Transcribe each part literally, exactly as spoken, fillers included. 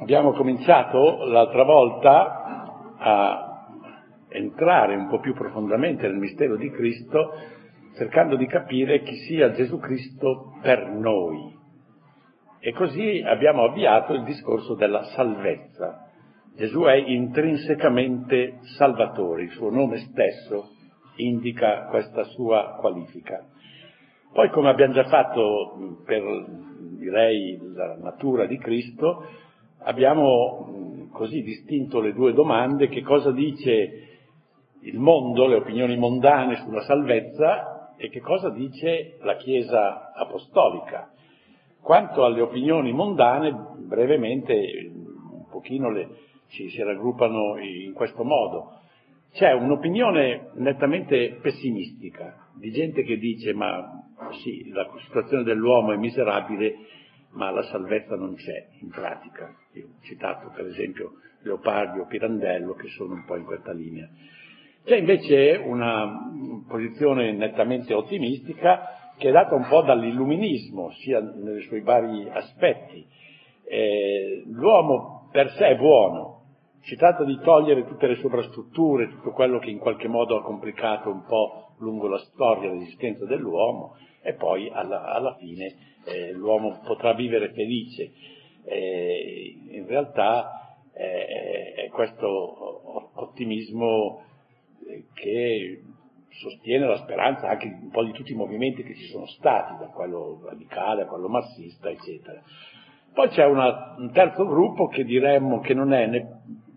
Abbiamo cominciato l'altra volta a entrare un po' più profondamente nel mistero di Cristo, cercando di capire chi sia Gesù Cristo per noi. E così abbiamo avviato il discorso della salvezza. Gesù è intrinsecamente Salvatore, il suo nome stesso indica questa sua qualifica. Poi, come abbiamo già fatto per, direi, la natura di Cristo, abbiamo così distinto le due domande: che cosa dice il mondo, le opinioni mondane sulla salvezza, e che cosa dice la Chiesa apostolica. Quanto alle opinioni mondane, brevemente, un pochino le, ci si raggruppano in questo modo. C'è un'opinione nettamente pessimistica, di gente che dice: ma sì, la situazione dell'uomo è miserabile, ma la salvezza non c'è in pratica. Io ho citato per esempio Leopardi o Pirandello, che sono un po' in questa linea. C'è invece una posizione nettamente ottimistica, che è data un po' dall'illuminismo, sia nei suoi vari aspetti. Eh, l'uomo per sé è buono, si tratta di togliere tutte le sovrastrutture, tutto quello che in qualche modo ha complicato un po' lungo la storia l'esistenza dell'uomo, e poi alla, alla fine eh, l'uomo potrà vivere felice. Eh, in realtà eh, è questo ottimismo che sostiene la speranza anche un po' di tutti i movimenti che ci sono stati, da quello radicale a quello marxista, eccetera. Poi c'è una, un terzo gruppo che diremmo che non è né,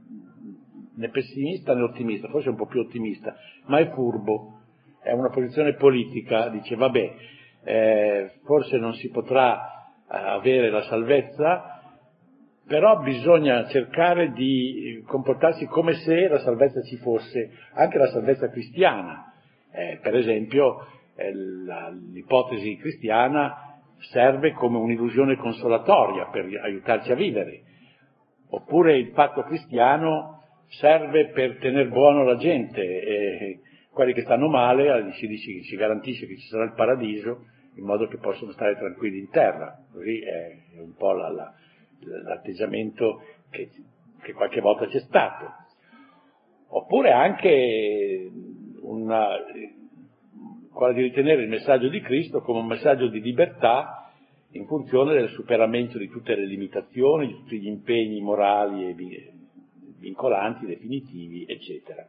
né pessimista né ottimista, forse è un po' più ottimista, ma è furbo, è una posizione politica, dice vabbè, eh, forse non si potrà avere la salvezza, però bisogna cercare di comportarsi come se la salvezza ci fosse, anche la salvezza cristiana. Eh, per esempio, eh, la, l'ipotesi cristiana serve come un'illusione consolatoria per aiutarci a vivere, oppure il patto cristiano serve per tener buono la gente, e quelli che stanno male si dice, si garantisce che ci sarà il paradiso, in modo che possono stare tranquilli in terra. Così è un po' la, la, l'atteggiamento che, che qualche volta c'è stato. Oppure anche una, quella di ritenere il messaggio di Cristo come un messaggio di libertà in funzione del superamento di tutte le limitazioni, di tutti gli impegni morali e vincolanti, definitivi, eccetera.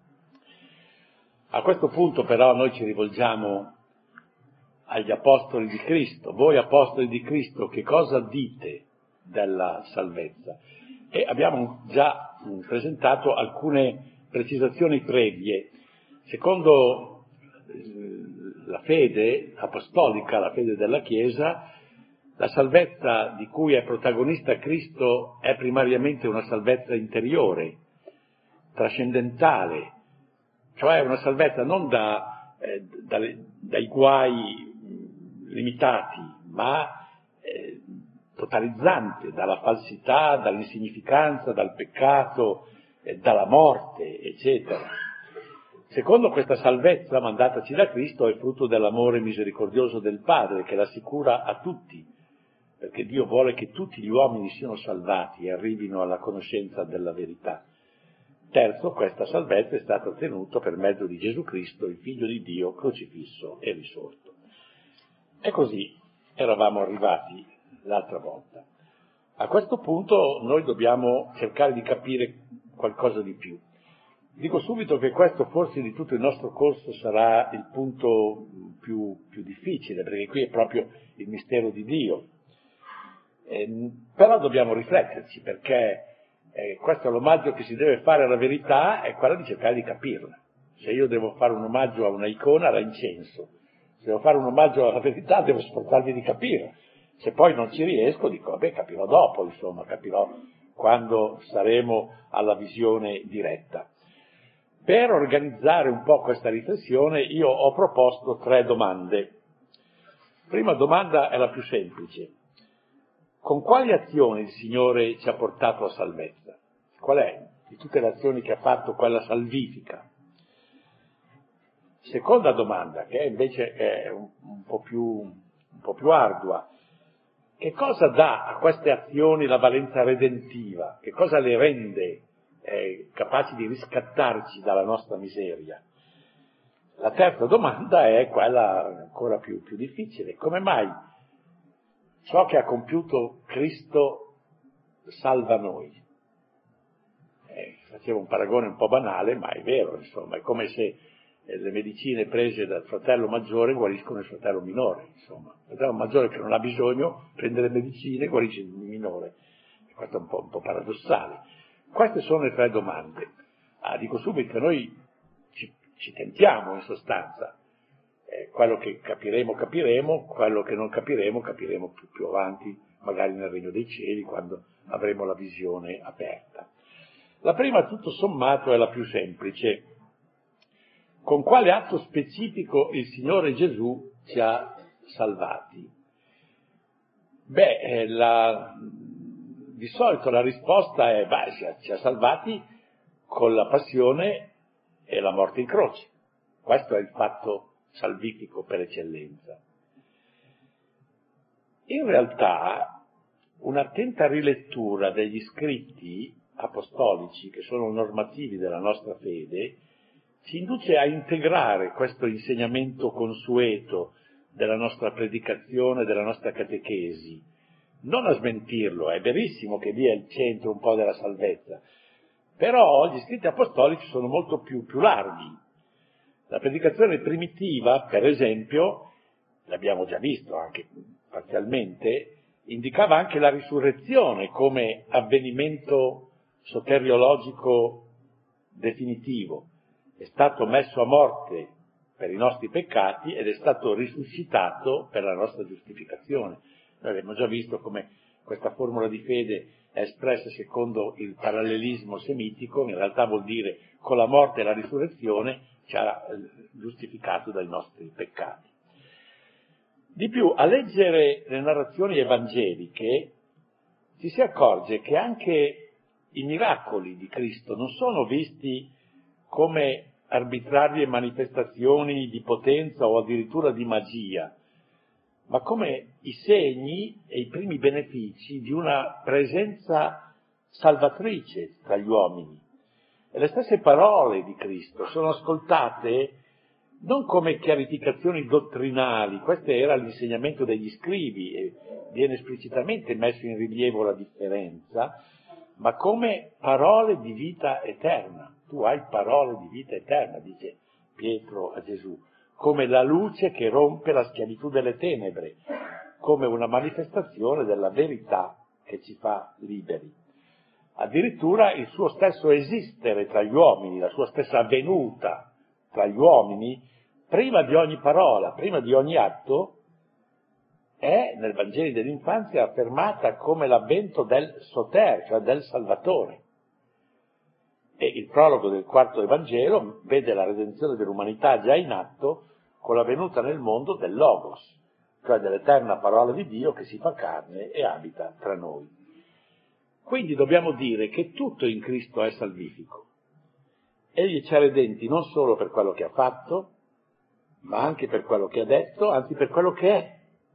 A questo punto però noi ci rivolgiamo agli apostoli di Cristo. Voi apostoli di Cristo, che cosa dite della salvezza? E abbiamo già presentato alcune precisazioni previe. Secondo la fede apostolica, la fede della Chiesa, la salvezza di cui è protagonista Cristo è primariamente una salvezza interiore, trascendentale, cioè una salvezza non da, eh, da, dai guai limitati, ma eh, totalizzante, dalla falsità, dall'insignificanza, dal peccato, eh, dalla morte, eccetera. Secondo questa salvezza mandataci da Cristo è frutto dell'amore misericordioso del Padre, che l'assicura a tutti, perché Dio vuole che tutti gli uomini siano salvati e arrivino alla conoscenza della verità. Terzo, questa salvezza è stata ottenuta per mezzo di Gesù Cristo, il Figlio di Dio, crocifisso e risorto. E così eravamo arrivati l'altra volta. A questo punto noi dobbiamo cercare di capire qualcosa di più. Dico subito che questo forse di tutto il nostro corso sarà il punto più, più difficile, perché qui è proprio il mistero di Dio. Eh, però dobbiamo rifletterci, perché eh, questo è l'omaggio che si deve fare alla verità, è quello di cercare di capirla. Se io devo fare un omaggio a una icona, la incenso. Se devo fare un omaggio alla verità, devo sforzarmi di capire. Se poi non ci riesco, dico, vabbè, capirò dopo, insomma, capirò quando saremo alla visione diretta. Per organizzare un po' questa riflessione, io ho proposto tre domande. Prima domanda è la più semplice. Con quali azioni il Signore ci ha portato a salvezza? Qual è, di tutte le azioni che ha fatto, quella salvifica? Seconda domanda, che invece è un, un po' più, un po' più ardua. che cosa dà a queste azioni la valenza redentiva? Che cosa le rende eh, capaci di riscattarci dalla nostra miseria? La terza domanda è quella ancora più, più difficile. Come mai ciò che ha compiuto Cristo salva noi? Eh, facevo un paragone un po' banale, ma è vero, insomma, è come se eh, le medicine prese dal fratello maggiore guariscono il fratello minore, insomma. Il fratello maggiore che non ha bisogno prende le medicine e guarisce il minore. E questo è un po', un po' paradossale. Queste sono le tre domande. Ah, dico subito che noi ci, ci tentiamo in sostanza. Eh, quello che capiremo, capiremo, quello che non capiremo, capiremo più, più avanti, magari nel regno dei cieli, quando avremo la visione aperta. La prima, tutto sommato, è la più semplice. Con quale atto specifico il Signore Gesù ci ha salvati? Beh, eh, la, di solito la risposta è, beh, ci ha, ci ha salvati con la passione e la morte in croce. Questo è il fatto salvifico per eccellenza. In realtà, un'attenta rilettura degli scritti apostolici, che sono normativi della nostra fede, ci induce a integrare questo insegnamento consueto della nostra predicazione, della nostra catechesi, non a smentirlo. È verissimo che lì è il centro un po' della salvezza, però gli scritti apostolici sono molto più, più larghi. La predicazione primitiva, per esempio, l'abbiamo già visto anche parzialmente, indicava anche la risurrezione come avvenimento soteriologico definitivo. È stato messo a morte per i nostri peccati ed è stato risuscitato per la nostra giustificazione. Noi abbiamo già visto come questa formula di fede è espressa secondo il parallelismo semitico, in realtà vuol dire con la morte e la risurrezione ci ha giustificato dai nostri peccati. Di più, a leggere le narrazioni evangeliche ci si accorge che anche i miracoli di Cristo non sono visti come arbitrarie manifestazioni di potenza o addirittura di magia, ma come i segni e i primi benefici di una presenza salvatrice tra gli uomini. E le stesse parole di Cristo sono ascoltate non come chiarificazioni dottrinali, questo era l'insegnamento degli scribi e viene esplicitamente messo in rilievo la differenza, ma come parole di vita eterna. Tu hai parole di vita eterna, dice Pietro a Gesù, come la luce che rompe la schiavitù delle tenebre, come una manifestazione della verità che ci fa liberi. Addirittura il suo stesso esistere tra gli uomini, la sua stessa venuta tra gli uomini, prima di ogni parola, prima di ogni atto, è nel Vangelo dell'infanzia affermata come l'avvento del Soter, cioè del Salvatore. E il prologo del quarto Evangelo vede la redenzione dell'umanità già in atto con la venuta nel mondo del Logos, cioè dell'eterna parola di Dio che si fa carne e abita tra noi. Quindi dobbiamo dire che tutto in Cristo è salvifico. Egli ci ha redenti non solo per quello che ha fatto, ma anche per quello che ha detto, anzi per quello che è.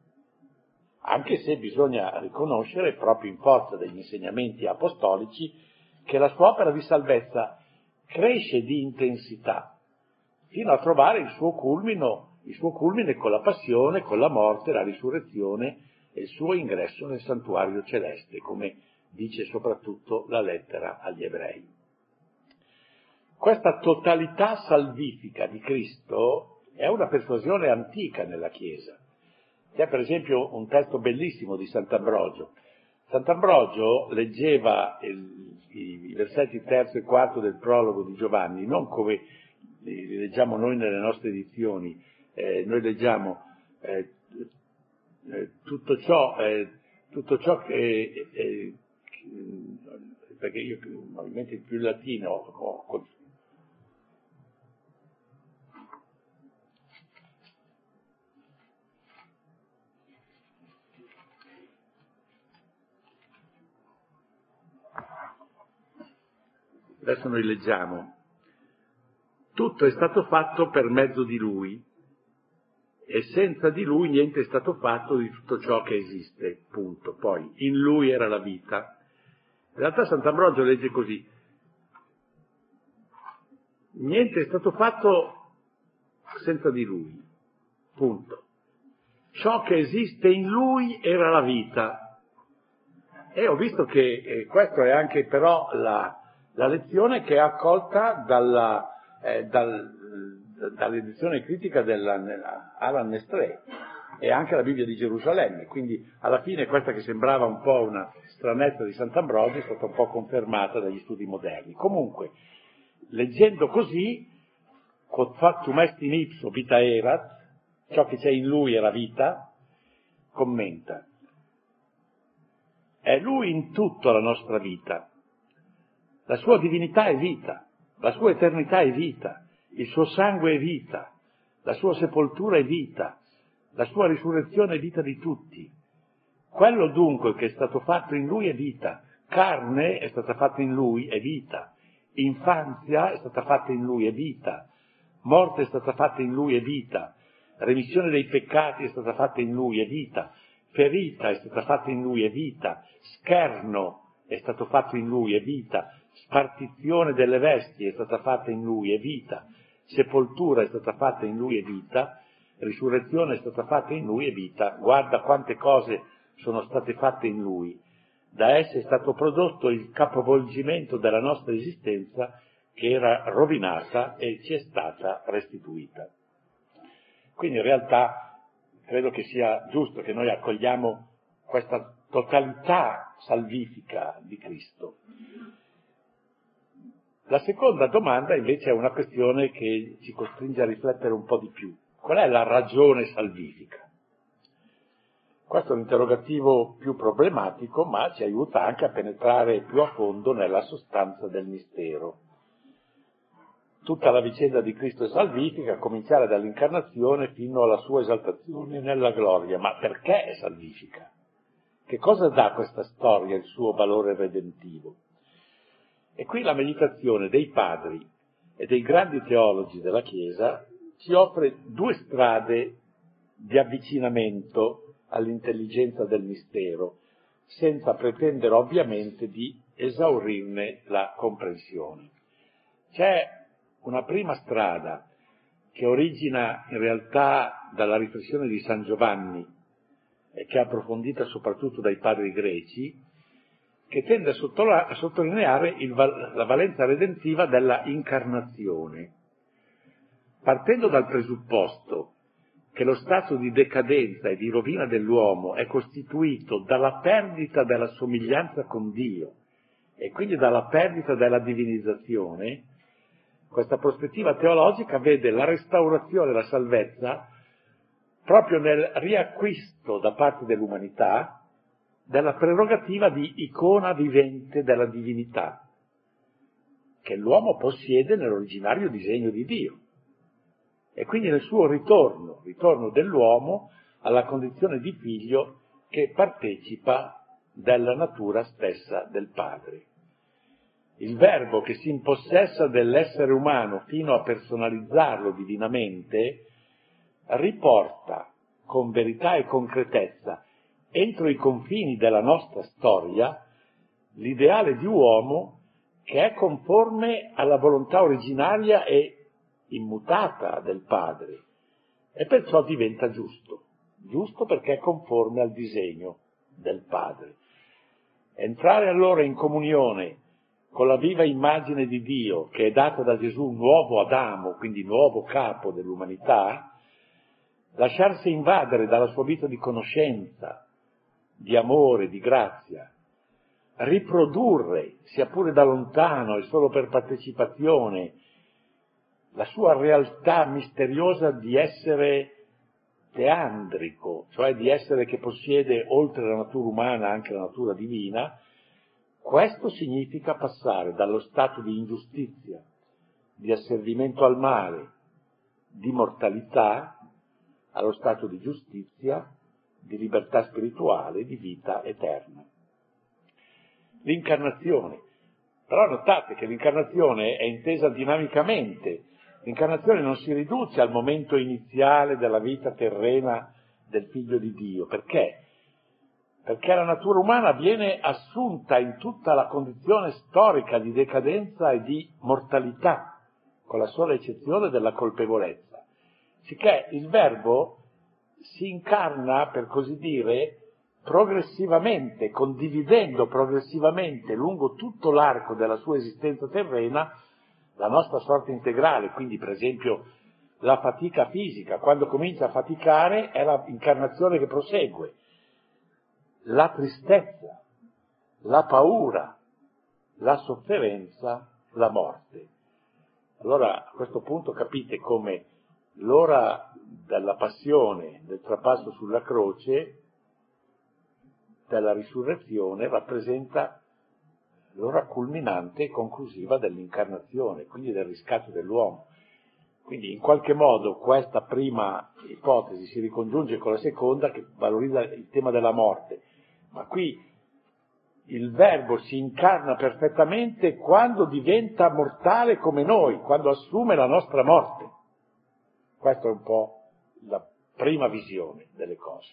Anche se bisogna riconoscere, proprio in forza degli insegnamenti apostolici, che la sua opera di salvezza cresce di intensità, fino a trovare il suo culmine, il suo culmine con la passione, con la morte, la risurrezione e il suo ingresso nel santuario celeste, come dice soprattutto la lettera agli Ebrei. Questa totalità salvifica di Cristo è una persuasione antica nella Chiesa. C'è per esempio un testo bellissimo di Sant'Ambrogio. Sant'Ambrogio leggeva il, i versetti terzo e quarto del prologo di Giovanni, non come li leggiamo noi nelle nostre edizioni. Eh, noi leggiamo eh, eh, tutto ciò, eh, tutto ciò che, eh, perché io ovviamente il più latino ho, adesso noi leggiamo: tutto è stato fatto per mezzo di Lui e senza di lui niente è stato fatto di tutto ciò che esiste, punto. Poi, in lui era la vita. In realtà Sant'Ambrogio legge così: niente è stato fatto senza di lui, punto. Ciò che esiste in lui era la vita. E ho visto che eh, questa è anche però la, la lezione che è accolta dalla, eh, dal, dall'edizione critica dell'Alan Nestlé e anche la Bibbia di Gerusalemme. Quindi alla fine questa che sembrava un po' una stranezza di Sant'Ambrogio è stata un po' confermata dagli studi moderni. Comunque, leggendo così, quod factum est in ipso vita erat, ciò che c'è in lui era vita, commenta: è lui in tutto la nostra vita, la sua divinità è vita, la sua eternità è vita, il suo sangue è vita, la sua sepoltura è vita, la sua risurrezione è vita di tutti. Quello dunque che è stato fatto in lui è vita, carne è stata fatta in lui è vita, infanzia è stata fatta in lui è vita, morte è stata fatta in lui è vita, remissione dei peccati è stata fatta in lui è vita, ferita è stata fatta in lui è vita, scherno è stato fatto in lui è vita, spartizione delle vesti è stata fatta in lui è vita, sepoltura è stata fatta in lui è vita, risurrezione è stata fatta in lui è vita. Guarda quante cose sono state fatte in lui. Da esse è stato prodotto il capovolgimento della nostra esistenza che era rovinata e ci è stata restituita. Quindi in realtà credo che sia giusto che noi accogliamo questa totalità salvifica di Cristo. La seconda domanda invece è una questione che ci costringe a riflettere un po' di più. Qual è la ragione salvifica? Questo è un interrogativo più problematico, ma ci aiuta anche a penetrare più a fondo nella sostanza del mistero. Tutta la vicenda di Cristo è salvifica, a cominciare dall'incarnazione fino alla sua esaltazione nella gloria. Ma perché è salvifica? Che cosa dà a questa storia il suo valore redentivo? E qui la meditazione dei padri e dei grandi teologi della Chiesa ci offre due strade di avvicinamento all'intelligenza del mistero, senza pretendere ovviamente di esaurirne la comprensione. C'è una prima strada che origina in realtà dalla riflessione di San Giovanni e che è approfondita soprattutto dai padri greci, che tende a sottolineare il, la valenza redentiva della incarnazione, partendo dal presupposto che lo stato di decadenza e di rovina dell'uomo è costituito dalla perdita della somiglianza con Dio e quindi dalla perdita della divinizzazione. Questa prospettiva teologica vede la restaurazione e la salvezza proprio nel riacquisto da parte dell'umanità della prerogativa di icona vivente della divinità, che l'uomo possiede nell'originario disegno di Dio. E quindi nel suo ritorno, ritorno dell'uomo alla condizione di figlio che partecipa della natura stessa del Padre. Il Verbo che si impossessa dell'essere umano fino a personalizzarlo divinamente, riporta con verità e concretezza entro i confini della nostra storia l'ideale di uomo che è conforme alla volontà originaria e immutata del Padre e perciò diventa giusto, giusto perché è conforme al disegno del Padre. Entrare allora in comunione con la viva immagine di Dio che è data da Gesù, nuovo Adamo, quindi nuovo capo dell'umanità, lasciarsi invadere dalla sua vita di conoscenza, di amore, di grazia, riprodurre, sia pure da lontano e solo per partecipazione, la sua realtà misteriosa di essere teandrico, cioè di essere che possiede oltre la natura umana anche la natura divina. Questo significa passare dallo stato di ingiustizia, di asservimento al male, di mortalità, allo stato di giustizia, di libertà spirituale, di vita eterna. L'incarnazione. Però notate che l'incarnazione è intesa dinamicamente L'incarnazione non si riduce al momento iniziale della vita terrena del Figlio di Dio. Perché? Perché la natura umana viene assunta in tutta la condizione storica di decadenza e di mortalità, con la sola eccezione della colpevolezza. Sicché il Verbo si incarna, per così dire, progressivamente, condividendo progressivamente lungo tutto l'arco della sua esistenza terrena la nostra sorte integrale. Quindi, per esempio, la fatica fisica, quando comincia a faticare è l'incarnazione che prosegue, la tristezza, la paura, la sofferenza, la morte. Allora, a questo punto capite come l'ora della passione, del trapasso sulla croce, della risurrezione, rappresenta l'ora culminante e conclusiva dell'incarnazione, quindi del riscatto dell'uomo. Quindi in qualche modo questa prima ipotesi si ricongiunge con la seconda, che valorizza il tema della morte. Ma qui il Verbo si incarna perfettamente quando diventa mortale come noi, quando assume la nostra morte. Questa è un po' la prima visione delle cose.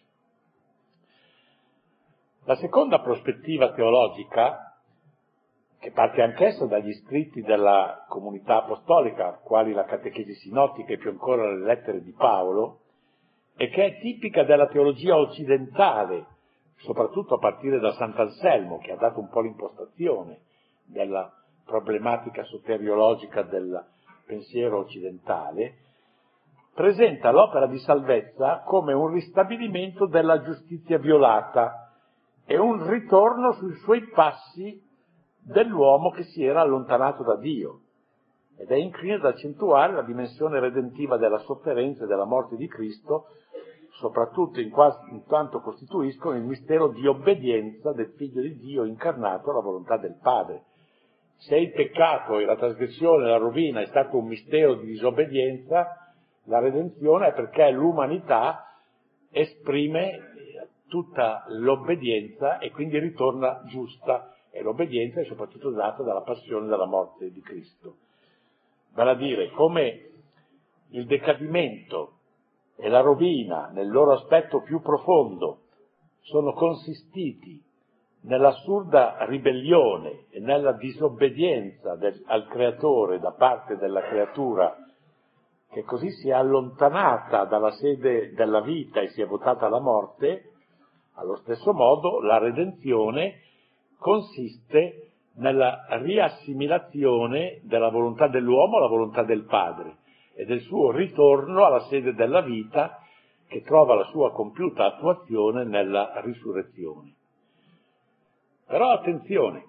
La seconda prospettiva teologica, che parte anch'essa dagli scritti della comunità apostolica, quali la catechesi sinottica e più ancora le lettere di Paolo, e che è tipica della teologia occidentale, soprattutto a partire da Sant'Anselmo, che ha dato un po' l'impostazione della problematica soteriologica del pensiero occidentale, presenta l'opera di salvezza come un ristabilimento della giustizia violata e un ritorno sui suoi passi dell'uomo che si era allontanato da Dio, ed è incline ad accentuare la dimensione redentiva della sofferenza e della morte di Cristo, soprattutto in, quasi, in quanto costituiscono il mistero di obbedienza del Figlio di Dio incarnato alla volontà del Padre. Se il peccato e la trasgressione e la rovina è stato un mistero di disobbedienza, la redenzione è perché l'umanità esprime tutta l'obbedienza e quindi ritorna giusta, e l'obbedienza è soprattutto data dalla passione e dalla morte di Cristo. Vale a dire, come il decadimento e la rovina nel loro aspetto più profondo sono consistiti nell'assurda ribellione e nella disobbedienza del, al Creatore da parte della creatura, che così si è allontanata dalla sede della vita e si è votata alla morte, allo stesso modo la redenzione consiste nella riassimilazione della volontà dell'uomo alla volontà del Padre e del suo ritorno alla sede della vita, che trova la sua compiuta attuazione nella risurrezione. Però attenzione,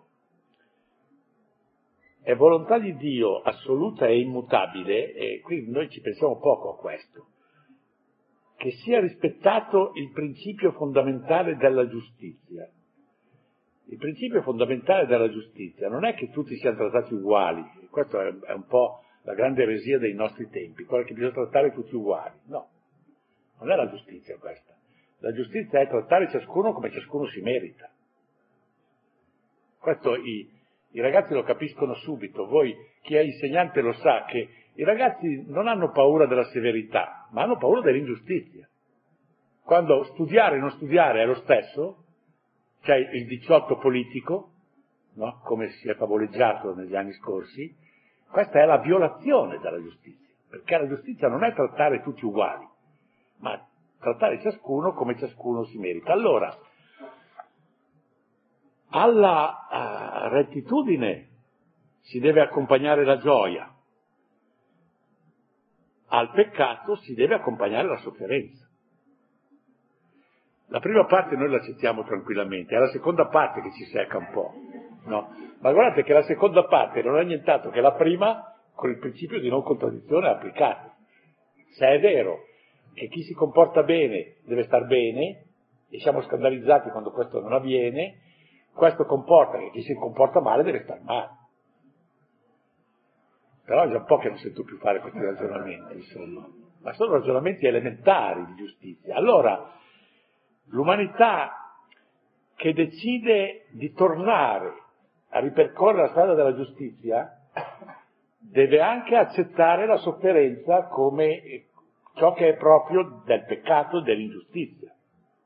è volontà di Dio assoluta e immutabile, e qui noi ci pensiamo poco a questo, che sia rispettato il principio fondamentale della giustizia. Il principio fondamentale della giustizia non è che tutti siano trattati uguali, questo è, è un po' la grande eresia dei nostri tempi, quella che bisogna trattare tutti uguali. No, non è la giustizia questa. La giustizia è trattare ciascuno come ciascuno si merita. Questo i, i ragazzi lo capiscono subito. Voi, chi è insegnante lo sa, che i ragazzi non hanno paura della severità, ma hanno paura dell'ingiustizia. Quando studiare e non studiare è lo stesso, c'è il diciotto politico, no? Come si è favoleggiato negli anni scorsi, questa è la violazione della giustizia, perché la giustizia non è trattare tutti uguali, ma trattare ciascuno come ciascuno si merita. Allora, alla uh, rettitudine si deve accompagnare la gioia, al peccato si deve accompagnare la sofferenza. La prima parte noi l'accettiamo tranquillamente, è la seconda parte che ci secca un po', no? Ma guardate che la seconda parte non è nient'altro che la prima con il principio di non contraddizione applicato. Se è vero che chi si comporta bene deve star bene, e siamo scandalizzati quando questo non avviene, questo comporta che chi si comporta male deve star male. Però è già un po' che non sento più fare questi ragionamenti, insomma, ma sono ragionamenti elementari di giustizia. Allora, l'umanità che decide di tornare a ripercorrere la strada della giustizia deve anche accettare la sofferenza come ciò che è proprio del peccato e dell'ingiustizia.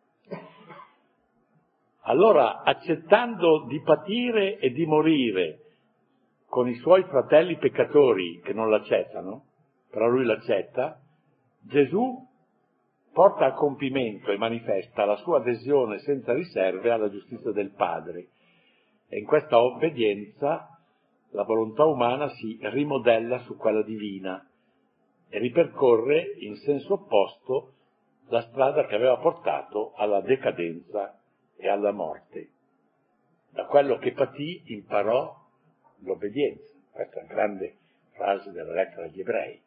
Allora, accettando di patire e di morire con i suoi fratelli peccatori che non l'accettano, però lui l'accetta, Gesù porta a compimento e manifesta la sua adesione senza riserve alla giustizia del Padre. E in questa obbedienza la volontà umana si rimodella su quella divina e ripercorre in senso opposto la strada che aveva portato alla decadenza e alla morte. Da quello che patì imparò l'obbedienza. Questa è una grande frase della lettera agli Ebrei.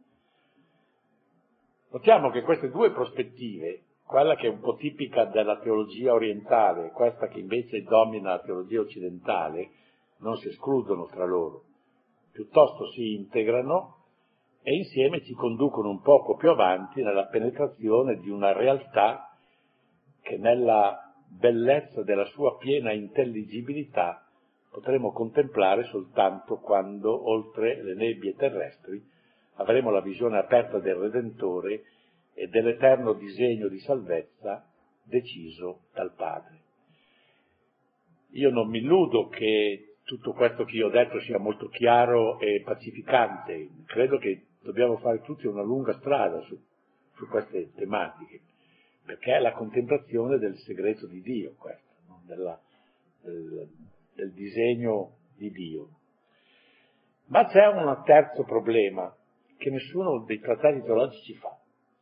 Notiamo che queste due prospettive, quella che è un po' tipica della teologia orientale e questa che invece domina la teologia occidentale, non si escludono tra loro, piuttosto si integrano e insieme ci conducono un poco più avanti nella penetrazione di una realtà che nella bellezza della sua piena intelligibilità potremo contemplare soltanto quando, oltre le nebbie terrestri, avremo la visione aperta del Redentore e dell'eterno disegno di salvezza deciso dal Padre. Io non mi illudo che tutto questo che io ho detto sia molto chiaro e pacificante, credo che dobbiamo fare tutti una lunga strada su, su queste tematiche, perché è la contemplazione del segreto di Dio, questo, no? Della, del, del disegno di Dio. Ma c'è un terzo problema che nessuno dei trattati teologici fa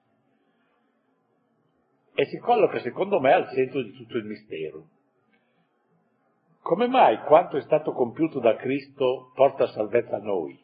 e si colloca secondo me al centro di tutto il mistero. Come mai quanto è stato compiuto da Cristo porta salvezza a noi?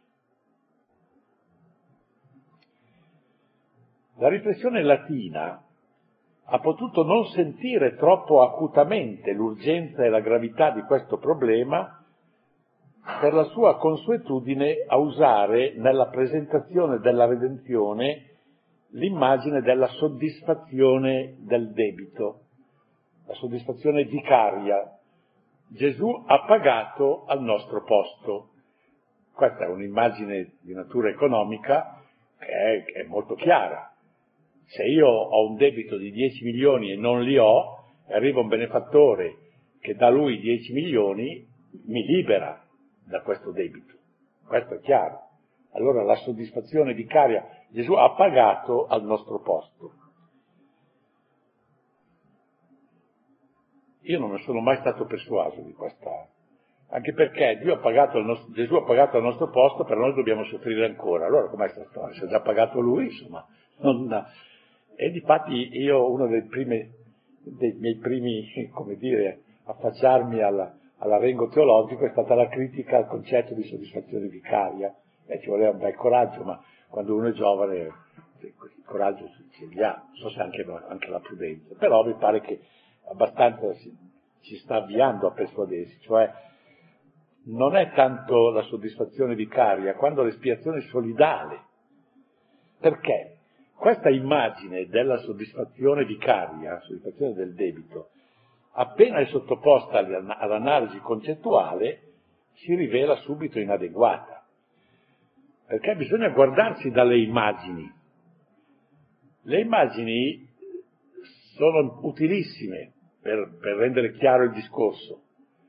La riflessione latina ha potuto non sentire troppo acutamente l'urgenza e la gravità di questo problema per la sua consuetudine a usare nella presentazione della redenzione l'immagine della soddisfazione del debito, la soddisfazione vicaria. Gesù ha pagato al nostro posto. Questa è un'immagine di natura economica che è, che è molto chiara. Se io ho un debito di dieci milioni e non li ho, e arriva un benefattore che dà lui dieci milioni, mi libera da questo debito. Questo è chiaro. Allora la soddisfazione vicaria, Gesù ha pagato al nostro posto. Io non ne sono mai stato persuaso di questa, anche perché Dio ha pagato il nostro, Gesù ha pagato al nostro posto, però noi dobbiamo soffrire ancora. Allora com'è questa storia? Se ha già pagato lui, insomma. Non... E difatti io, uno dei, primi, dei miei primi, come dire, affacciarmi alla, all'arrengo teologico è stata la critica al concetto di soddisfazione vicaria. E ci voleva un bel coraggio, ma quando uno è giovane il coraggio ce li ha, non so se anche, anche la prudenza, però mi pare che abbastanza si, ci sta avviando a persuadersi, cioè non è tanto la soddisfazione vicaria quanto l'espiazione solidale. Perché? Questa immagine della soddisfazione vicaria, soddisfazione del debito, appena è sottoposta all'analisi concettuale, si rivela subito inadeguata. Perché bisogna guardarsi dalle immagini. Le immagini sono utilissime per, per rendere chiaro il discorso,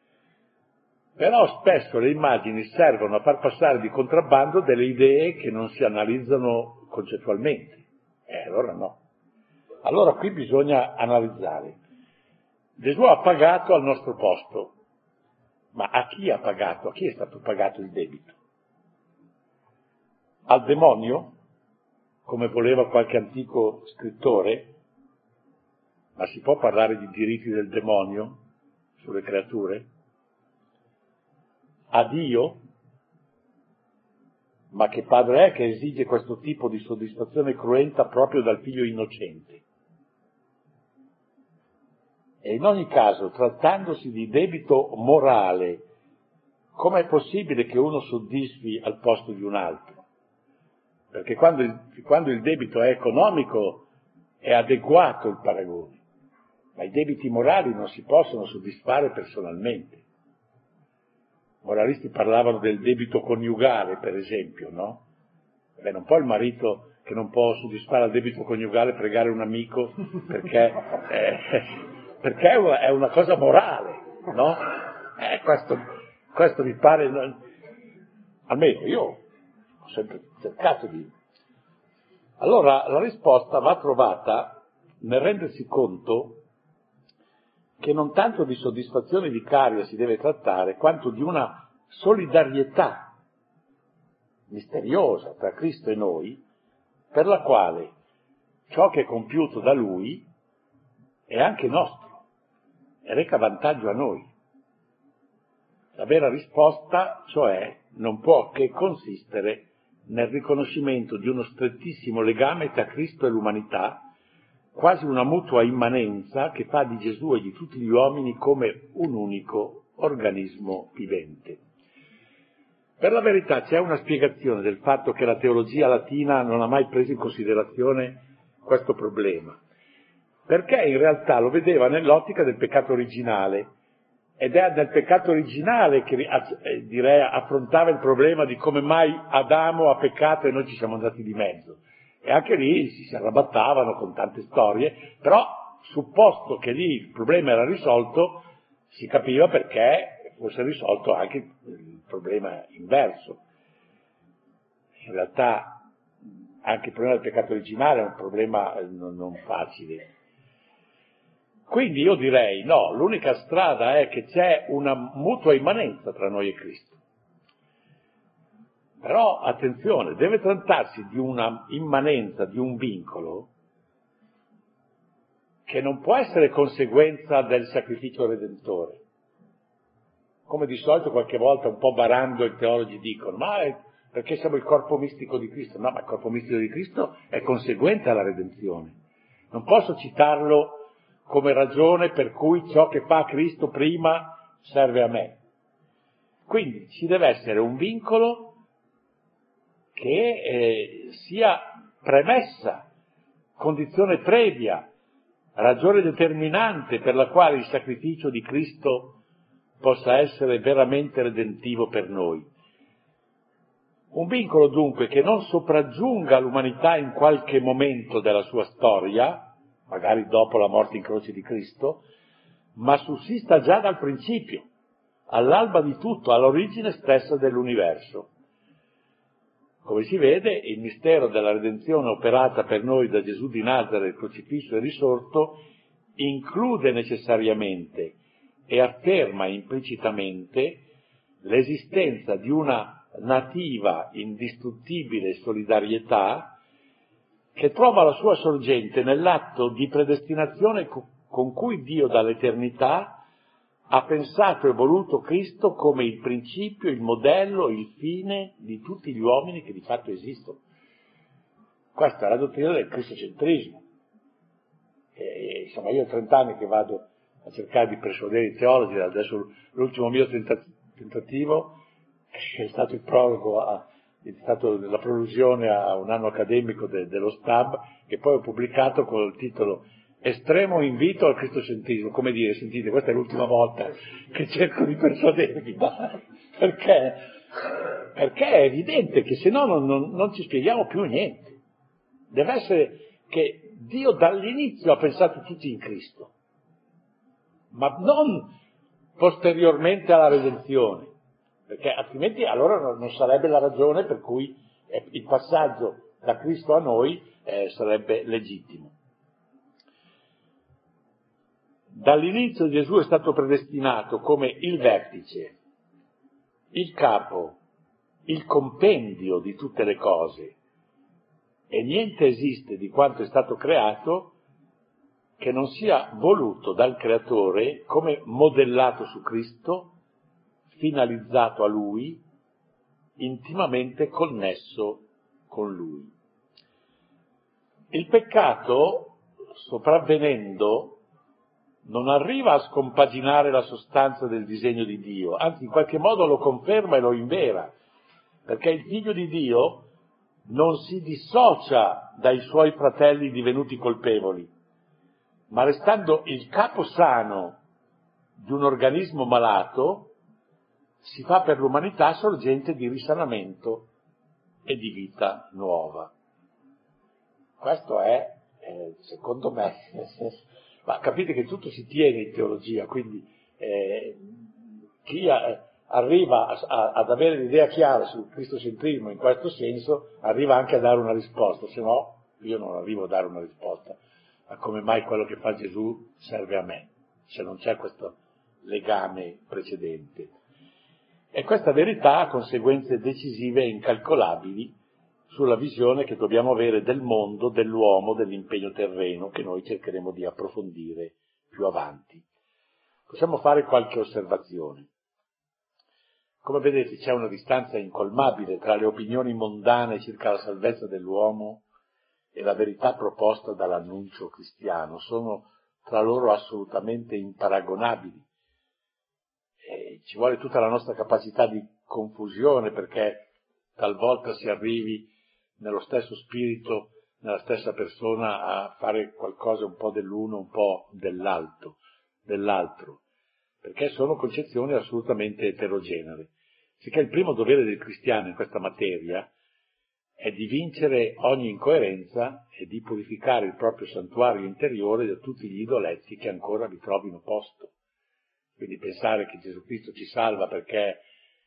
però spesso le immagini servono a far passare di contrabbando delle idee che non si analizzano concettualmente. E allora no. Allora qui bisogna analizzare. Gesù ha pagato al nostro posto, ma a chi ha pagato? A chi è stato pagato il debito? Al demonio, come voleva qualche antico scrittore? Ma si può parlare di diritti del demonio sulle creature? A Dio? Ma che padre è che esige questo tipo di soddisfazione cruenta proprio dal figlio innocente? E in ogni caso, trattandosi di debito morale, com'è possibile che uno soddisfi al posto di un altro? Perché quando il, quando il debito è economico è adeguato il paragone, ma i debiti morali non si possono soddisfare personalmente. moralisti parlavano del debito coniugale, per esempio, no? Beh, non può il marito che non può soddisfare al debito coniugale pregare un amico perché, eh, perché è una cosa morale, no? Eh, questo, questo mi pare, almeno io ho sempre cercato di... Allora la risposta va trovata nel rendersi conto che non tanto di soddisfazione vicaria si deve trattare, quanto di una solidarietà misteriosa tra Cristo e noi, per la quale ciò che è compiuto da Lui è anche nostro e reca vantaggio a noi. La vera risposta, cioè, non può che consistere nel riconoscimento di uno strettissimo legame tra Cristo e l'umanità, quasi una mutua immanenza che fa di Gesù e di tutti gli uomini come un unico organismo vivente. Per la verità c'è una spiegazione del fatto che la teologia latina non ha mai preso in considerazione questo problema, perché in realtà lo vedeva nell'ottica del peccato originale, ed è nel peccato originale che eh, direi affrontava il problema di come mai Adamo ha peccato e noi ci siamo andati di mezzo. E anche lì si arrabattavano con tante storie, però supposto che lì il problema era risolto, si capiva perché fosse risolto anche il problema inverso. In realtà anche il problema del peccato originale è un problema non, non facile. Quindi io direi, no, l'unica strada è che c'è una mutua immanenza tra noi e Cristo. Però, attenzione, deve trattarsi di una immanenza, di un vincolo, che non può essere conseguenza del sacrificio redentore. Come di solito qualche volta un po' barando i teologi dicono, ma è perché siamo il corpo mistico di Cristo? No, ma il corpo mistico di Cristo è conseguente alla redenzione. Non posso citarlo come ragione per cui ciò che fa Cristo prima serve a me. Quindi ci deve essere un vincolo che eh, sia premessa, condizione previa, ragione determinante per la quale il sacrificio di Cristo possa essere veramente redentivo per noi. Un vincolo dunque che non sopraggiunga l'umanità in qualche momento della sua storia, magari dopo la morte in croce di Cristo, ma sussista già dal principio, all'alba di tutto, all'origine stessa dell'universo. Come si vede, il mistero della redenzione operata per noi da Gesù di Nazaret, crocifisso e risorto, include necessariamente e afferma implicitamente l'esistenza di una nativa, indistruttibile solidarietà che trova la sua sorgente nell'atto di predestinazione con cui Dio dall'eternità ha pensato e voluto Cristo come il principio, il modello, il fine di tutti gli uomini che di fatto esistono. Questa è la dottrina del cristocentrismo. E, insomma, io ho trent'anni che vado a cercare di persuadere i teologi, adesso l'ultimo mio tentativo è stato il prologo, a, è stato la prolusione a un anno accademico de, dello S T A B, che poi ho pubblicato con il titolo Estremo invito al cristocentrismo, come dire, sentite, questa è l'ultima volta che cerco di persuadervi, perché? Perché è evidente che se no non, non, non ci spieghiamo più niente. Deve essere che Dio dall'inizio ha pensato tutti in Cristo, ma non posteriormente alla redenzione, perché altrimenti allora non, non sarebbe la ragione per cui eh, il passaggio da Cristo a noi eh, sarebbe legittimo. Dall'inizio Gesù è stato predestinato come il vertice, il capo, il compendio di tutte le cose, e niente esiste di quanto è stato creato che non sia voluto dal Creatore come modellato su Cristo, finalizzato a Lui, intimamente connesso con Lui. Il peccato, sopravvenendo, non arriva a scompaginare la sostanza del disegno di Dio, anzi in qualche modo lo conferma e lo invera, perché il Figlio di Dio non si dissocia dai suoi fratelli divenuti colpevoli, ma restando il capo sano di un organismo malato, si fa per l'umanità sorgente di risanamento e di vita nuova. Questo è, eh, secondo me, ma capite che tutto si tiene in teologia, quindi eh, chi ha, arriva a, a, ad avere l'idea chiara sul cristocentrismo in questo senso, arriva anche a dare una risposta, se no io non arrivo a dare una risposta a come mai quello che fa Gesù serve a me, se non c'è questo legame precedente. E questa verità ha conseguenze decisive e incalcolabili sulla visione che dobbiamo avere del mondo, dell'uomo, dell'impegno terreno, che noi cercheremo di approfondire più avanti. Possiamo fare qualche osservazione. Come vedete c'è una distanza incolmabile tra le opinioni mondane circa la salvezza dell'uomo e la verità proposta dall'annuncio cristiano. Sono tra loro assolutamente imparagonabili. E ci vuole tutta la nostra capacità di confusione perché talvolta si arrivi nello stesso spirito, nella stessa persona a fare qualcosa un po' dell'uno, un po' dell'altro, dell'altro, perché sono concezioni assolutamente eterogenee. Sicché il primo dovere del cristiano in questa materia è di vincere ogni incoerenza e di purificare il proprio santuario interiore da tutti gli idoletti che ancora vi trovino posto. Quindi pensare che Gesù Cristo ci salva perché,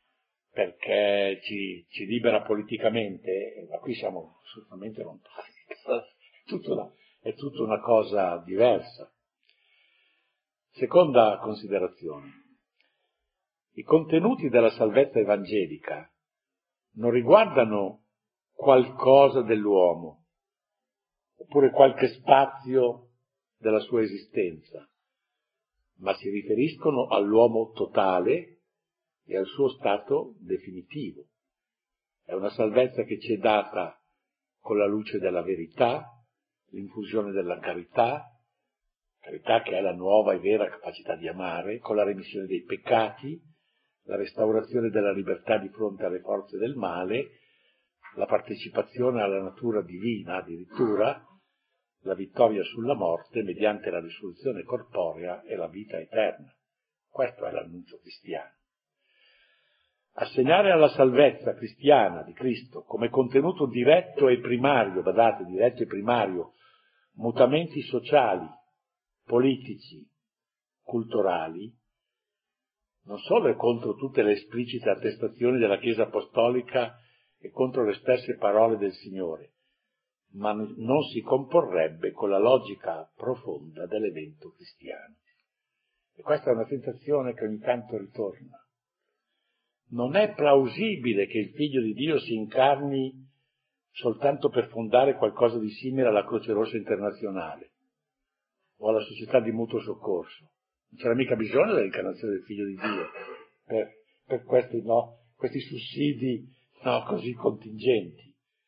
perché ci, ci libera politicamente, ma qui siamo assolutamente lontani, è tutta una, è tutta una cosa diversa. Seconda considerazione. I contenuti della salvezza evangelica non riguardano qualcosa dell'uomo, oppure qualche spazio della sua esistenza, ma si riferiscono all'uomo totale e al suo stato definitivo. È una salvezza che ci è data con la luce della verità, l'infusione della carità, carità che è la nuova e vera capacità di amare, con la remissione dei peccati, la restaurazione della libertà di fronte alle forze del male, la partecipazione alla natura divina addirittura, la vittoria sulla morte mediante la risurrezione corporea e la vita eterna. Questo è l'annuncio cristiano. Assegnare alla salvezza cristiana di Cristo come contenuto diretto e primario, badate, diretto e primario, mutamenti sociali, politici, culturali, non solo è contro tutte le esplicite attestazioni della Chiesa Apostolica e contro le stesse parole del Signore, ma non si comporrebbe con la logica profonda dell'evento cristiano. E questa è una tentazione che ogni tanto ritorna. Non è plausibile che il Figlio di Dio si incarni soltanto per fondare qualcosa di simile alla Croce Rossa Internazionale o alla Società di Mutuo Soccorso. Non c'era mica bisogno dell'incarnazione del Figlio di Dio per, per questi, no, questi sussidi no, così contingenti,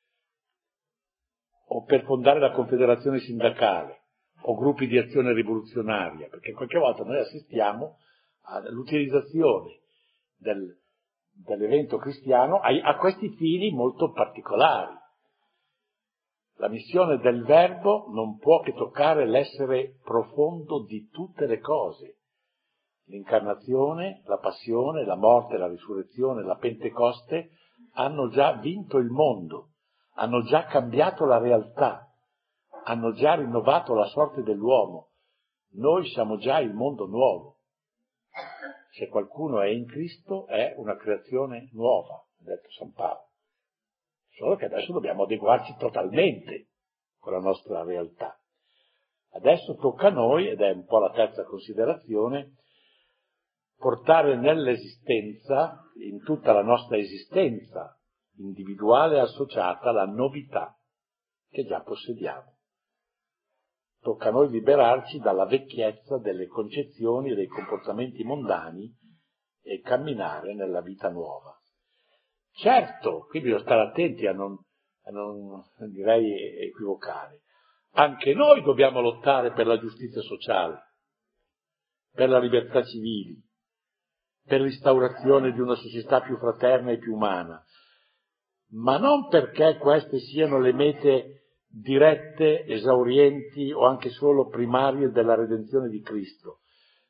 o per fondare la Confederazione Sindacale, o gruppi di azione rivoluzionaria, perché qualche volta noi assistiamo all'utilizzazione del, dell'evento cristiano a, a questi fini molto particolari. La missione del Verbo non può che toccare l'essere profondo di tutte le cose. L'incarnazione, la passione, la morte, la risurrezione, la Pentecoste hanno già vinto il mondo, hanno già cambiato la realtà, hanno già rinnovato la sorte dell'uomo. Noi siamo già il mondo nuovo. Se qualcuno è in Cristo è una creazione nuova, ha detto San Paolo. Solo che adesso dobbiamo adeguarci totalmente con la nostra realtà. Adesso tocca a noi, ed è un po' la terza considerazione, portare nell'esistenza, in tutta la nostra esistenza individuale e associata, la novità che già possediamo. Tocca a noi liberarci dalla vecchiezza delle concezioni e dei comportamenti mondani e camminare nella vita nuova. Certo, qui bisogna stare attenti a non, a non direi equivocare. Anche noi dobbiamo lottare per la giustizia sociale, per la libertà civili, per l'instaurazione di una società più fraterna e più umana, ma non perché queste siano le mete dirette, esaurienti o anche solo primarie della redenzione di Cristo,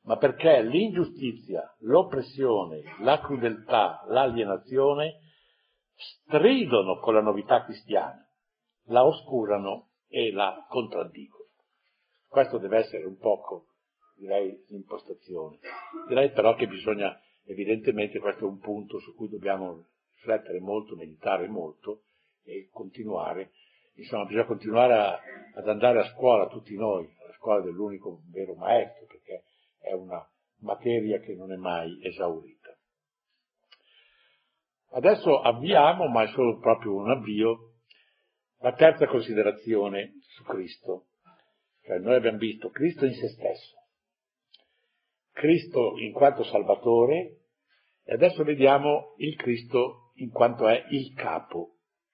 ma perché l'ingiustizia, l'oppressione, la crudeltà, l'alienazione stridono con la novità cristiana, la oscurano e la contraddicono. Questo deve essere un poco, direi, l'impostazione. Direi però che bisogna, evidentemente questo è un punto su cui dobbiamo riflettere molto, meditare molto e continuare. Insomma, bisogna continuare a, ad andare a scuola tutti noi, alla scuola dell'unico vero maestro, perché è una materia che non è mai esaurita. Adesso avviamo, ma è solo proprio un avvio, la terza considerazione su Cristo. Cioè, noi abbiamo visto Cristo in se stesso, Cristo in quanto Salvatore, e adesso vediamo il Cristo in quanto è il capo.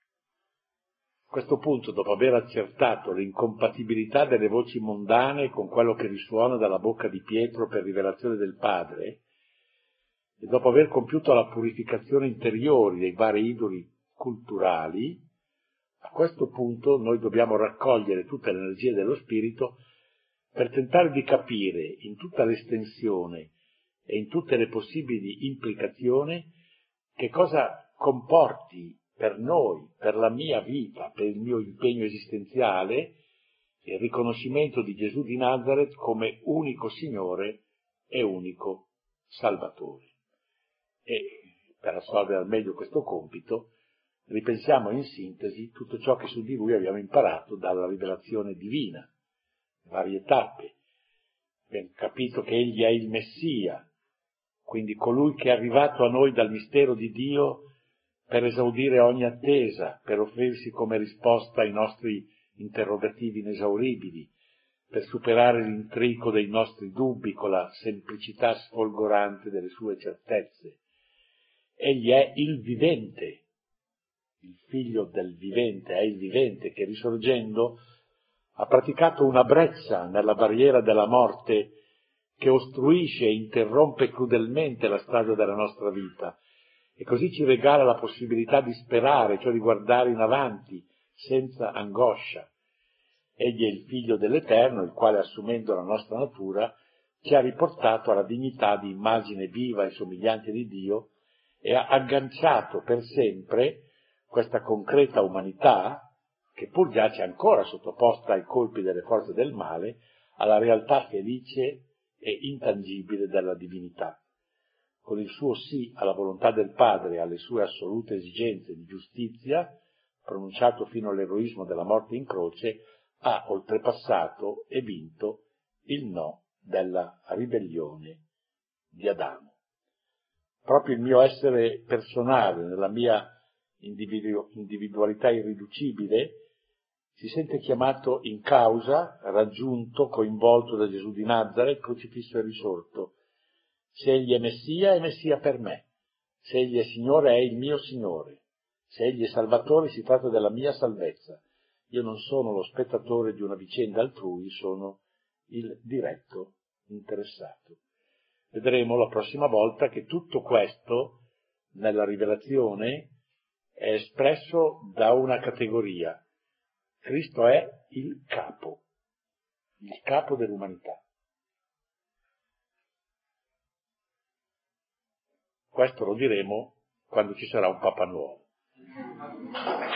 A questo punto, dopo aver accertato l'incompatibilità delle voci mondane con quello che risuona dalla bocca di Pietro per rivelazione del Padre, e dopo aver compiuto la purificazione interiore dei vari idoli culturali, a questo punto noi dobbiamo raccogliere tutta l'energia dello Spirito per tentare di capire in tutta l'estensione e in tutte le possibili implicazioni che cosa comporti per noi, per la mia vita, per il mio impegno esistenziale, il riconoscimento di Gesù di Nazaret come unico Signore e unico Salvatore. E per assolvere al meglio questo compito, ripensiamo in sintesi tutto ciò che su di Lui abbiamo imparato dalla rivelazione divina, varie tappe. Abbiamo capito che Egli è il Messia, quindi colui che è arrivato a noi dal mistero di Dio per esaudire ogni attesa, per offrirsi come risposta ai nostri interrogativi inesauribili, per superare l'intrico dei nostri dubbi con la semplicità sfolgorante delle sue certezze. Egli è il vivente, il figlio del vivente, è il vivente che risorgendo ha praticato una brezza nella barriera della morte che ostruisce e interrompe crudelmente la strada della nostra vita, e così ci regala la possibilità di sperare, cioè di guardare in avanti, senza angoscia. Egli è il Figlio dell'Eterno, il quale, assumendo la nostra natura, ci ha riportato alla dignità di immagine viva e somigliante di Dio e ha agganciato per sempre questa concreta umanità, che pur giace ancora sottoposta ai colpi delle forze del male, alla realtà felice e intangibile della divinità. Con il suo sì alla volontà del Padre e alle sue assolute esigenze di giustizia, pronunciato fino all'eroismo della morte in croce, ha oltrepassato e vinto il no della ribellione di Adamo. Proprio il mio essere personale, nella mia individu- individualità irriducibile, si sente chiamato in causa, raggiunto, coinvolto da Gesù di Nazaret, crocifisso e risorto. Se egli è Messia, è Messia per me. Se egli è Signore, è il mio Signore. Se egli è Salvatore, si tratta della mia salvezza. Io non sono lo spettatore di una vicenda altrui, sono il diretto interessato. Vedremo la prossima volta che tutto questo, nella rivelazione, è espresso da una categoria. Cristo è il capo, il capo dell'umanità. Questo lo diremo quando ci sarà un Papa nuovo.